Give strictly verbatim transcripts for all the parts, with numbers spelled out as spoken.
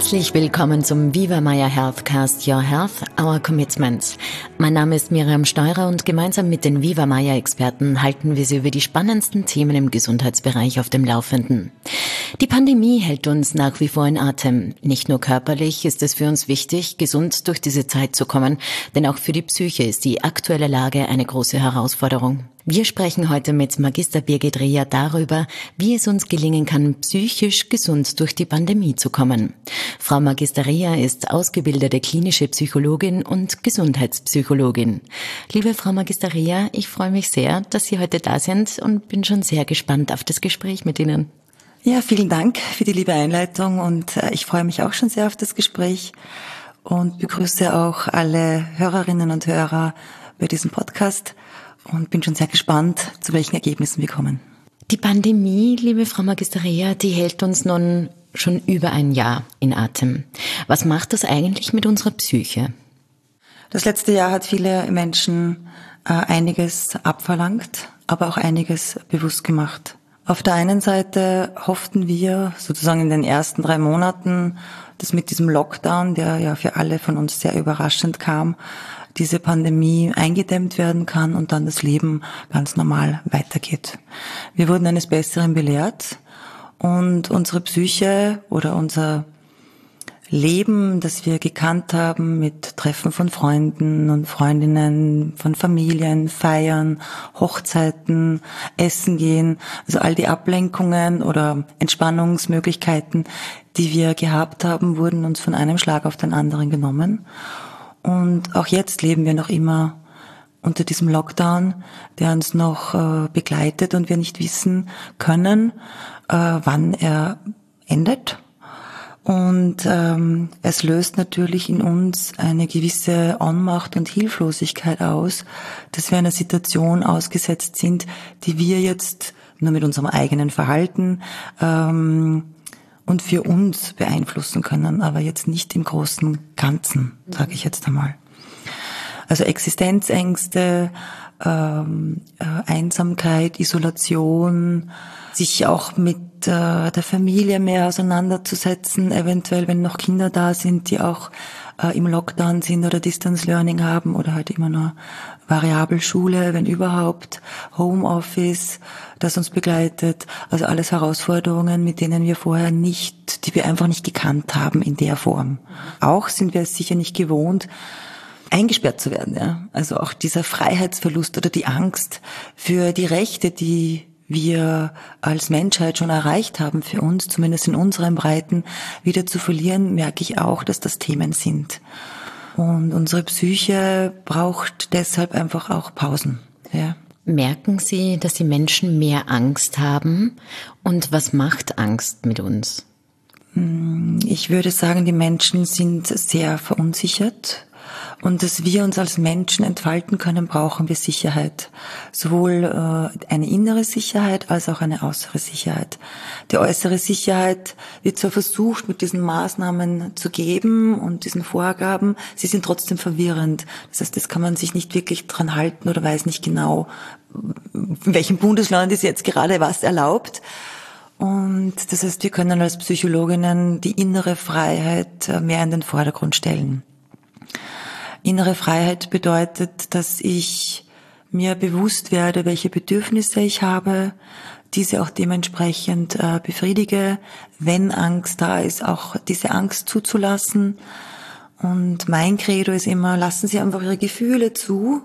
Herzlich willkommen zum VivaMaya Healthcast, Your Health, Our Commitments. Mein Name ist Miriam Steurer und gemeinsam mit den VivaMaya-Experten halten wir Sie über die spannendsten Themen im Gesundheitsbereich auf dem Laufenden. Die Pandemie hält uns nach wie vor in Atem. Nicht nur körperlich ist es für uns wichtig, gesund durch diese Zeit zu kommen, denn auch für die Psyche ist die aktuelle Lage eine große Herausforderung. Wir sprechen heute mit Magister Birgit Reher darüber, wie es uns gelingen kann, psychisch gesund durch die Pandemie zu kommen. Frau Magister Reher ist ausgebildete klinische Psychologin und Gesundheitspsychologin. Liebe Frau Magister Reher, ich freue mich sehr, dass Sie heute da sind und bin schon sehr gespannt auf das Gespräch mit Ihnen. Ja, vielen Dank für die liebe Einleitung und ich freue mich auch schon sehr auf das Gespräch und begrüße auch alle Hörerinnen und Hörer bei diesem Podcast und bin schon sehr gespannt, zu welchen Ergebnissen wir kommen. Die Pandemie, liebe Frau Magister Reher, die hält uns nun schon über ein Jahr in Atem. Was macht das eigentlich mit unserer Psyche? Das letzte Jahr hat viele Menschen äh, einiges abverlangt, aber auch einiges bewusst gemacht. Auf der einen Seite hofften wir sozusagen in den ersten drei Monaten, dass mit diesem Lockdown, der ja für alle von uns sehr überraschend kam, diese Pandemie eingedämmt werden kann und dann das Leben ganz normal weitergeht. Wir wurden eines Besseren belehrt und unsere Psyche oder unser Leben, das wir gekannt haben mit Treffen von Freunden und Freundinnen, von Familien, Feiern, Hochzeiten, Essen gehen, also all die Ablenkungen oder Entspannungsmöglichkeiten, die wir gehabt haben, wurden uns von einem Schlag auf den anderen genommen. Und auch jetzt leben wir noch immer unter diesem Lockdown, der uns noch äh, begleitet und wir nicht wissen können, äh, wann er endet. Und ähm, es löst natürlich in uns eine gewisse Ohnmacht und Hilflosigkeit aus, dass wir einer Situation ausgesetzt sind, die wir jetzt nur mit unserem eigenen Verhalten ähm, und für uns beeinflussen können, aber jetzt nicht im großen Ganzen, sage ich jetzt einmal. Also Existenzängste, ähm, äh, Einsamkeit, Isolation, sich auch mit äh, der Familie mehr auseinanderzusetzen, eventuell wenn noch Kinder da sind, die auch äh, im Lockdown sind oder Distance Learning haben oder halt immer nur Variabelschule, wenn überhaupt, Homeoffice, das uns begleitet, also alles Herausforderungen, mit denen wir vorher nicht, die wir einfach nicht gekannt haben in der Form. Auch sind wir es sicher nicht gewohnt, eingesperrt zu werden, ja. Also auch dieser Freiheitsverlust oder die Angst für die Rechte, die wir als Menschheit schon erreicht haben für uns, zumindest in unseren Breiten, wieder zu verlieren, merke ich auch, dass das Themen sind. Und unsere Psyche braucht deshalb einfach auch Pausen, ja. Merken Sie, dass die Menschen mehr Angst haben? Und was macht Angst mit uns? Ich würde sagen, die Menschen sind sehr verunsichert. Und dass wir uns als Menschen entfalten können, brauchen wir Sicherheit. Sowohl äh, eine innere Sicherheit als auch eine äußere Sicherheit. Die äußere Sicherheit wird zwar versucht, mit diesen Maßnahmen zu geben und diesen Vorgaben, sie sind trotzdem verwirrend. Das heißt, das kann man sich nicht wirklich dran halten oder weiß nicht genau, in welchem Bundesland ist jetzt gerade was erlaubt. Und das heißt, wir können als Psychologinnen die innere Freiheit mehr in den Vordergrund stellen. Innere Freiheit bedeutet, dass ich mir bewusst werde, welche Bedürfnisse ich habe, diese auch dementsprechend äh, befriedige, wenn Angst da ist, auch diese Angst zuzulassen. Und mein Credo ist immer, lassen Sie einfach Ihre Gefühle zu,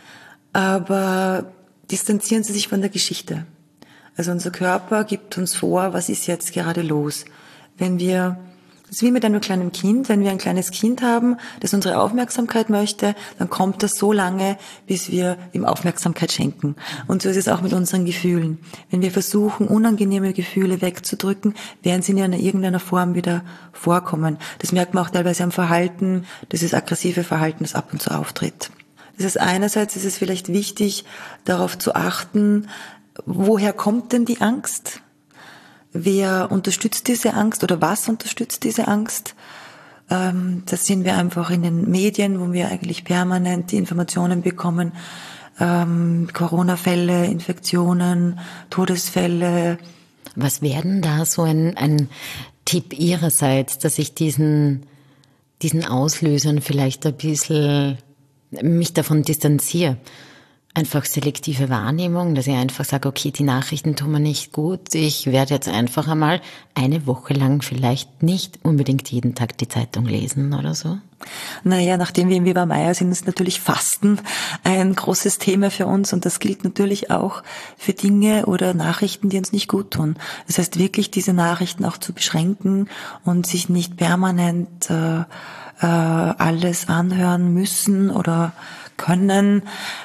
aber distanzieren Sie sich von der Geschichte. Also unser Körper gibt uns vor, was ist jetzt gerade los. Wenn wir Das ist wie mit einem kleinen Kind. Wenn wir ein kleines Kind haben, das unsere Aufmerksamkeit möchte, dann kommt das so lange, bis wir ihm Aufmerksamkeit schenken. Und so ist es auch mit unseren Gefühlen. Wenn wir versuchen, unangenehme Gefühle wegzudrücken, werden sie in irgendeiner Form wieder vorkommen. Das merkt man auch teilweise am Verhalten, dieses aggressive Verhalten, das ab und zu auftritt. Das heißt, einerseits ist es vielleicht wichtig, darauf zu achten, woher kommt denn die Angst? Wer unterstützt diese Angst oder was unterstützt diese Angst? Ähm, das sehen wir einfach in den Medien, wo wir eigentlich permanent die Informationen bekommen. Ähm, Corona-Fälle, Infektionen, Todesfälle. Was wäre denn da so ein, ein Tipp Ihrerseits, dass ich diesen, diesen Auslösern vielleicht ein bisschen mich davon distanziere? Einfach selektive Wahrnehmung, dass ich einfach sage, okay, die Nachrichten tun mir nicht gut. Ich werde jetzt einfach einmal eine Woche lang vielleicht nicht unbedingt jeden Tag die Zeitung lesen oder so. Naja, nachdem wir im Viva Maya sind, ist natürlich Fasten ein großes Thema für uns und das gilt natürlich auch für Dinge oder Nachrichten, die uns nicht gut tun. Das heißt, wirklich diese Nachrichten auch zu beschränken und sich nicht permanent äh, äh, alles anhören müssen oder können,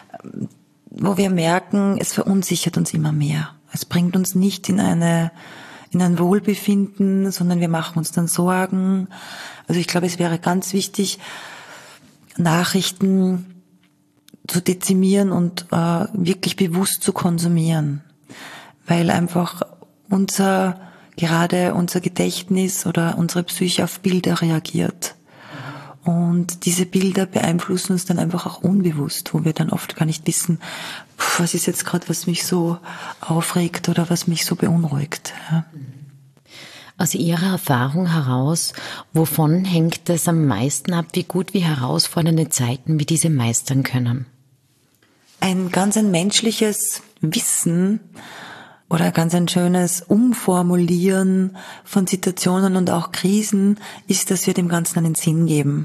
wo wir merken, es verunsichert uns immer mehr. Es bringt uns nicht in eine in ein Wohlbefinden, sondern wir machen uns dann Sorgen. Also ich glaube, es wäre ganz wichtig, Nachrichten zu dezimieren und äh, wirklich bewusst zu konsumieren, weil einfach unser gerade unser Gedächtnis oder unsere Psyche auf Bilder reagiert. Und diese Bilder beeinflussen uns dann einfach auch unbewusst, wo wir dann oft gar nicht wissen, was ist jetzt gerade, was mich so aufregt oder was mich so beunruhigt. Ja. Aus Ihrer Erfahrung heraus, wovon hängt es am meisten ab, wie gut wir herausfordernde Zeiten wie diese meistern können? Ein ganz ein menschliches Wissen oder ganz ein schönes Umformulieren von Situationen und auch Krisen ist, dass wir dem Ganzen einen Sinn geben.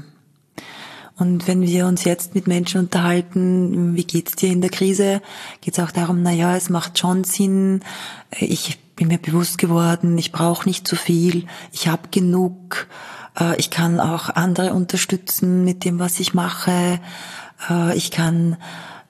Und wenn wir uns jetzt mit Menschen unterhalten, wie geht's dir in der Krise, geht's auch darum, na ja, es macht schon Sinn, ich bin mir bewusst geworden, ich brauche nicht zu viel, ich habe genug, ich kann auch andere unterstützen mit dem, was ich mache, ich kann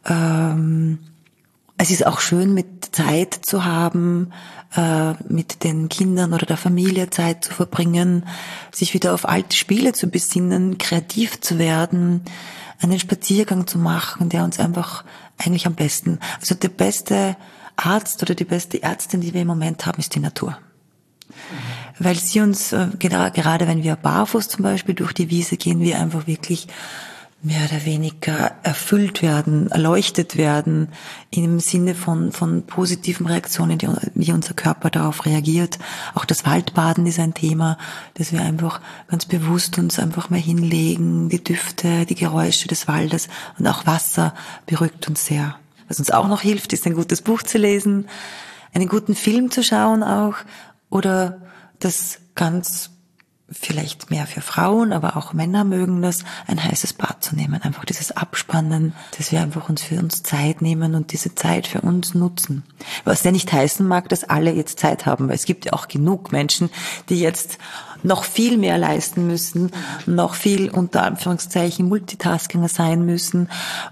ähm, es ist auch schön, mit Zeit zu haben, äh, mit den Kindern oder der Familie Zeit zu verbringen, sich wieder auf alte Spiele zu besinnen, kreativ zu werden, einen Spaziergang zu machen, der uns einfach eigentlich am besten, also der beste Arzt oder die beste Ärztin, die wir im Moment haben, ist die Natur. Mhm. Weil sie uns, äh, gerade wenn wir barfuß zum Beispiel durch die Wiese gehen, wir einfach wirklich mehr oder weniger erfüllt werden, erleuchtet werden, im Sinne von von positiven Reaktionen, die, wie unser Körper darauf reagiert. Auch das Waldbaden ist ein Thema, dass wir einfach ganz bewusst uns einfach mal hinlegen, die Düfte, die Geräusche des Waldes und auch Wasser beruhigt uns sehr. Was uns auch noch hilft, ist ein gutes Buch zu lesen, einen guten Film zu schauen auch oder das ganz vielleicht mehr für Frauen, aber auch Männer mögen das, ein heißes Bad zu nehmen. Einfach dieses Abspannen, dass wir einfach uns für uns Zeit nehmen und diese Zeit für uns nutzen. Was ja nicht heißen mag, dass alle jetzt Zeit haben, weil es gibt ja auch genug Menschen, die jetzt noch viel mehr leisten müssen, noch viel unter Anführungszeichen Multitaskinger sein müssen.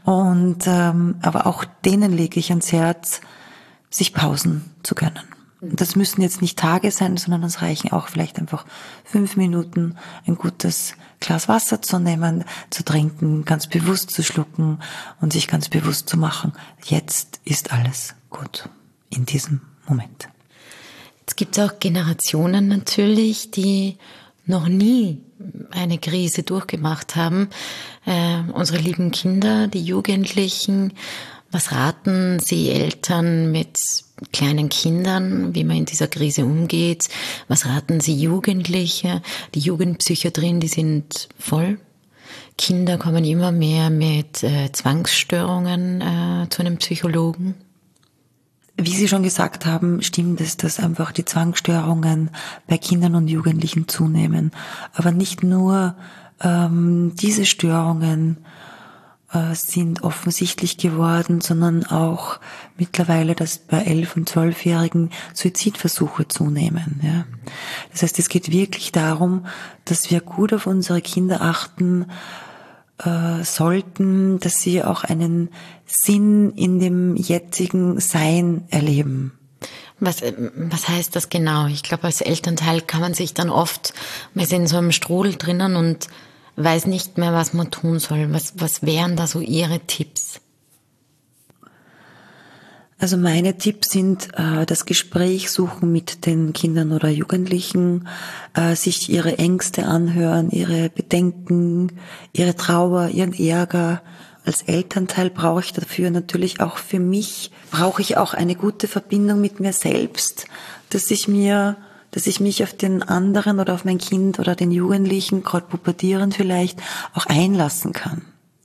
Und ähm, aber auch denen lege ich ans Herz, sich Pausen zu gönnen. Das müssen jetzt nicht Tage sein, sondern es reichen auch vielleicht einfach fünf Minuten, ein gutes Glas Wasser zu nehmen, zu trinken, ganz bewusst zu schlucken und sich ganz bewusst zu machen, jetzt ist alles gut in diesem Moment. Es gibt auch Generationen natürlich, die noch nie eine Krise durchgemacht haben. Äh, unsere lieben Kinder, die Jugendlichen. Was raten Sie Eltern mit kleinen Kindern, wie man in dieser Krise umgeht? Was raten Sie Jugendliche? Die Jugendpsychiatrien, die sind voll. Kinder kommen immer mehr mit äh, Zwangsstörungen äh, zu einem Psychologen. Wie Sie schon gesagt haben, stimmt es, dass einfach die Zwangsstörungen bei Kindern und Jugendlichen zunehmen. Aber nicht nur ähm, diese Störungen sind offensichtlich geworden, sondern auch mittlerweile, dass bei elf- und zwölfjährigen Suizidversuche zunehmen. Ja. Das heißt, es geht wirklich darum, dass wir gut auf unsere Kinder achten äh, sollten, dass sie auch einen Sinn in dem jetzigen Sein erleben. Was, was heißt das genau? Ich glaube, als Elternteil kann man sich dann oft, man ist in so einem Strudel drinnen und weiß nicht mehr, was man tun soll. Was, was wären da so Ihre Tipps? Also meine Tipps sind, äh, das Gespräch suchen mit den Kindern oder Jugendlichen, äh, sich ihre Ängste anhören, ihre Bedenken, ihre Trauer, ihren Ärger. Als Elternteil brauche ich dafür natürlich auch für mich, brauche ich auch eine gute Verbindung mit mir selbst, dass ich mir dass ich mich auf den anderen oder auf mein Kind oder den Jugendlichen, gerade pubertierend vielleicht, auch einlassen kann.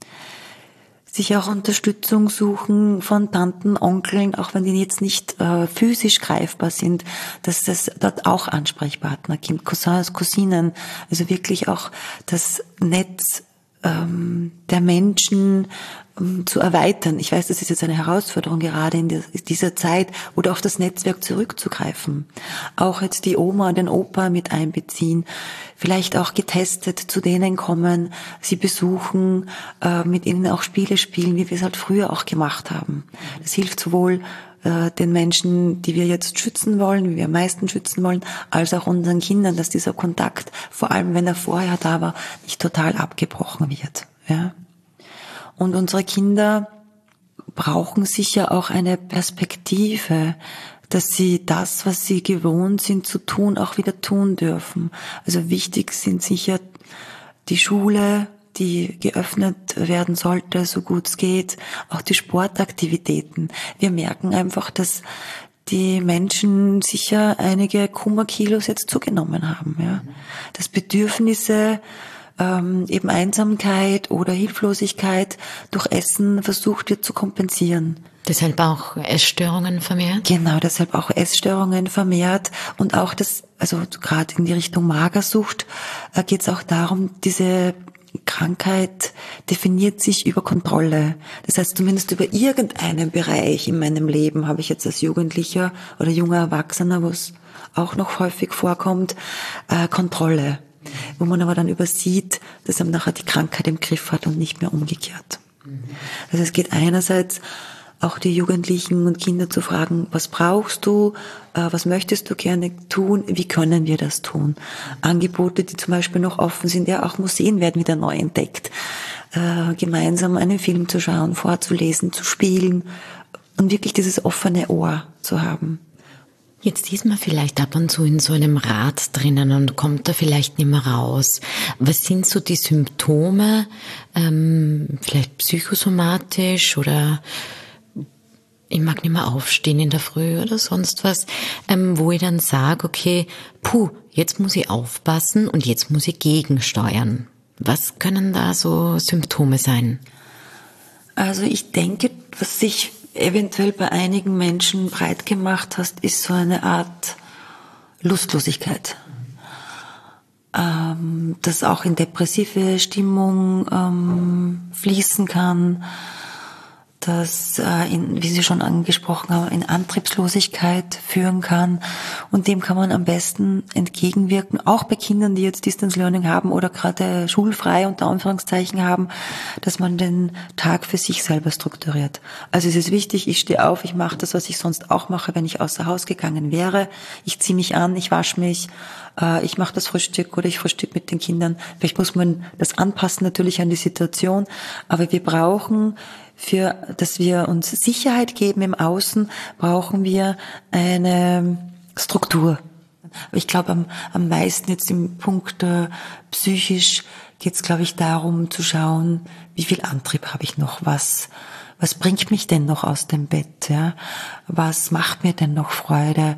Sich auch Unterstützung suchen von Tanten, Onkeln, auch wenn die jetzt nicht äh, physisch greifbar sind, dass das dort auch Ansprechpartner gibt, Cousins, Cousinen, also wirklich auch das Netz ähm, der Menschen ähm, zu erweitern. Ich weiß, das ist jetzt eine Herausforderung gerade in der, dieser Zeit, oder auf das Netzwerk zurückzugreifen. Auch jetzt die Oma und den Opa mit einbeziehen, vielleicht auch getestet zu denen kommen, sie besuchen, äh, mit ihnen auch Spiele spielen, wie wir es halt früher auch gemacht haben. Das hilft sowohl äh, den Menschen, die wir jetzt schützen wollen, wie wir am meisten schützen wollen, als auch unseren Kindern, dass dieser Kontakt, vor allem wenn er vorher da war, nicht total abgebrochen wird. Ja. Und unsere Kinder brauchen sicher auch eine Perspektive, dass sie das, was sie gewohnt sind zu tun, auch wieder tun dürfen. Also wichtig sind sicher die Schule, die geöffnet werden sollte, so gut es geht, auch die Sportaktivitäten. Wir merken einfach, dass die Menschen sicher einige Kummerkilos jetzt zugenommen haben. Ja. Dass Bedürfnisse, ähm, eben Einsamkeit oder Hilflosigkeit durch Essen versucht wird zu kompensieren. Deshalb auch Essstörungen vermehrt? Genau, deshalb auch Essstörungen vermehrt und auch das, also gerade in die Richtung Magersucht äh, geht es auch darum, diese Krankheit definiert sich über Kontrolle. Das heißt, zumindest über irgendeinen Bereich in meinem Leben habe ich jetzt als Jugendlicher oder junger Erwachsener, wo es auch noch häufig vorkommt, äh, Kontrolle. Wo man aber dann übersieht, dass man nachher die Krankheit im Griff hat und nicht mehr umgekehrt. Also es geht einerseits auch die Jugendlichen und Kinder zu fragen, was brauchst du, äh, was möchtest du gerne tun, wie können wir das tun? Angebote, die zum Beispiel noch offen sind, ja auch Museen werden wieder neu entdeckt. Äh, gemeinsam einen Film zu schauen, vorzulesen, zu spielen und wirklich dieses offene Ohr zu haben. Jetzt ist man vielleicht ab und zu in so einem Rad drinnen und kommt da vielleicht nicht mehr raus. Was sind so die Symptome, ähm, vielleicht psychosomatisch oder ich mag nicht mehr aufstehen in der Früh oder sonst was, ähm, wo ich dann sage, okay, puh, jetzt muss ich aufpassen und jetzt muss ich gegensteuern. Was können da so Symptome sein? Also ich denke, was sich eventuell bei einigen Menschen breit gemacht hast, ist so eine Art Lustlosigkeit. Ähm, das auch in depressive Stimmung ähm, fließen kann, das, äh, in, wie Sie schon angesprochen haben, in Antriebslosigkeit führen kann. Und dem kann man am besten entgegenwirken, auch bei Kindern, die jetzt Distance Learning haben oder gerade schulfrei unter Anführungszeichen haben, dass man den Tag für sich selber strukturiert. Also es ist wichtig, ich stehe auf, ich mache das, was ich sonst auch mache, wenn ich außer Haus gegangen wäre. Ich ziehe mich an, ich wasche mich, äh, ich mache das Frühstück oder ich frühstück mit den Kindern. Vielleicht muss man das anpassen natürlich an die Situation, aber wir brauchen für, dass wir uns Sicherheit geben im Außen, brauchen wir eine Struktur. Ich glaube, am, am meisten jetzt im Punkt äh, psychisch geht es, glaube ich, darum zu schauen, wie viel Antrieb habe ich noch, was, was bringt mich denn noch aus dem Bett, ja? Was macht mir denn noch Freude?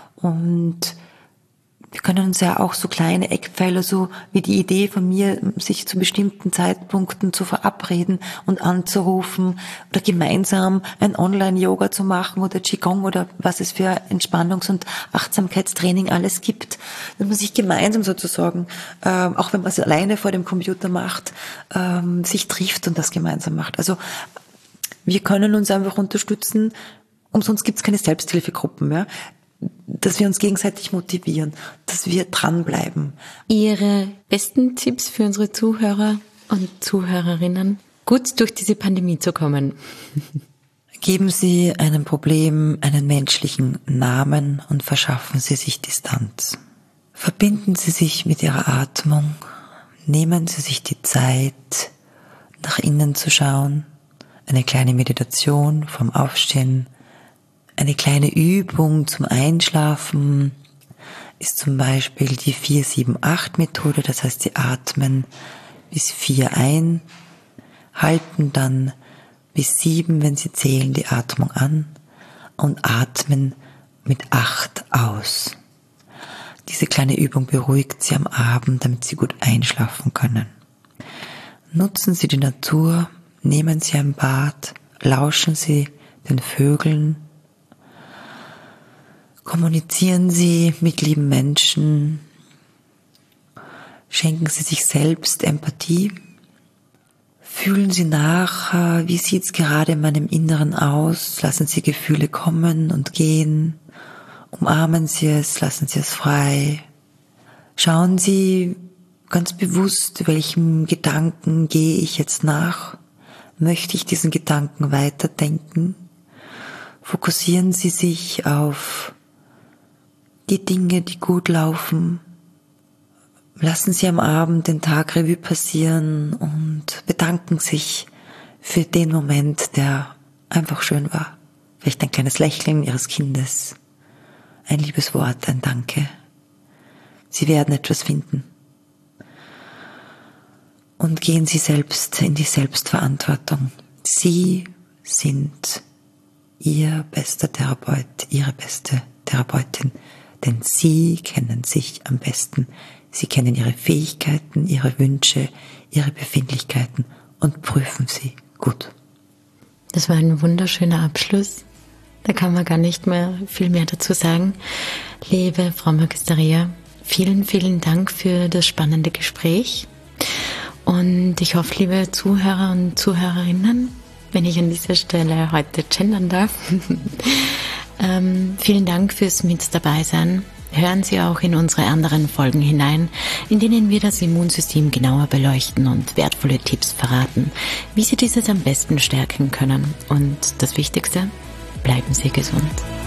Und wir können uns ja auch so kleine Eckpfeiler, so wie die Idee von mir, sich zu bestimmten Zeitpunkten zu verabreden und anzurufen oder gemeinsam ein Online-Yoga zu machen oder Qigong oder was es für Entspannungs- und Achtsamkeitstraining alles gibt. Dass man sich gemeinsam sozusagen, äh, auch wenn man es alleine vor dem Computer macht, äh, sich trifft und das gemeinsam macht. Also wir können uns einfach unterstützen, umsonst gibt es keine Selbsthilfegruppen mehr. Dass wir uns gegenseitig motivieren, dass wir dranbleiben. Ihre besten Tipps für unsere Zuhörer und Zuhörerinnen, gut durch diese Pandemie zu kommen? Geben Sie einem Problem einen menschlichen Namen und verschaffen Sie sich Distanz. Verbinden Sie sich mit Ihrer Atmung, nehmen Sie sich die Zeit, nach innen zu schauen, eine kleine Meditation vom Aufstehen. Eine kleine Übung zum Einschlafen ist zum Beispiel die vier sieben acht Methode. Das heißt, Sie atmen bis vier ein, halten dann bis sieben, wenn Sie zählen, die Atmung an und atmen mit acht aus. Diese kleine Übung beruhigt Sie am Abend, damit Sie gut einschlafen können. Nutzen Sie die Natur, nehmen Sie ein Bad, lauschen Sie den Vögeln, kommunizieren Sie mit lieben Menschen, schenken Sie sich selbst Empathie, fühlen Sie nach, wie sieht es gerade in meinem Inneren aus, lassen Sie Gefühle kommen und gehen, umarmen Sie es, lassen Sie es frei, schauen Sie ganz bewusst, welchem Gedanken gehe ich jetzt nach, möchte ich diesen Gedanken weiterdenken, fokussieren Sie sich auf die Dinge, die gut laufen. Lassen Sie am Abend den Tag Revue passieren und bedanken sich für den Moment, der einfach schön war. Vielleicht ein kleines Lächeln Ihres Kindes, ein liebes Wort, ein Danke. Sie werden etwas finden. Und gehen Sie selbst in die Selbstverantwortung. Sie sind Ihr bester Therapeut, Ihre beste Therapeutin. Denn Sie kennen sich am besten. Sie kennen Ihre Fähigkeiten, Ihre Wünsche, Ihre Befindlichkeiten und prüfen sie gut. Das war ein wunderschöner Abschluss. Da kann man gar nicht mehr viel mehr dazu sagen. Liebe Frau Magisteria, vielen, vielen Dank für das spannende Gespräch. Und ich hoffe, liebe Zuhörer und Zuhörerinnen, wenn ich an dieser Stelle heute gendern darf, Ähm, vielen Dank fürs Mit dabei sein. Hören Sie auch in unsere anderen Folgen hinein, in denen wir das Immunsystem genauer beleuchten und wertvolle Tipps verraten, wie Sie dieses am besten stärken können. Und das Wichtigste, bleiben Sie gesund.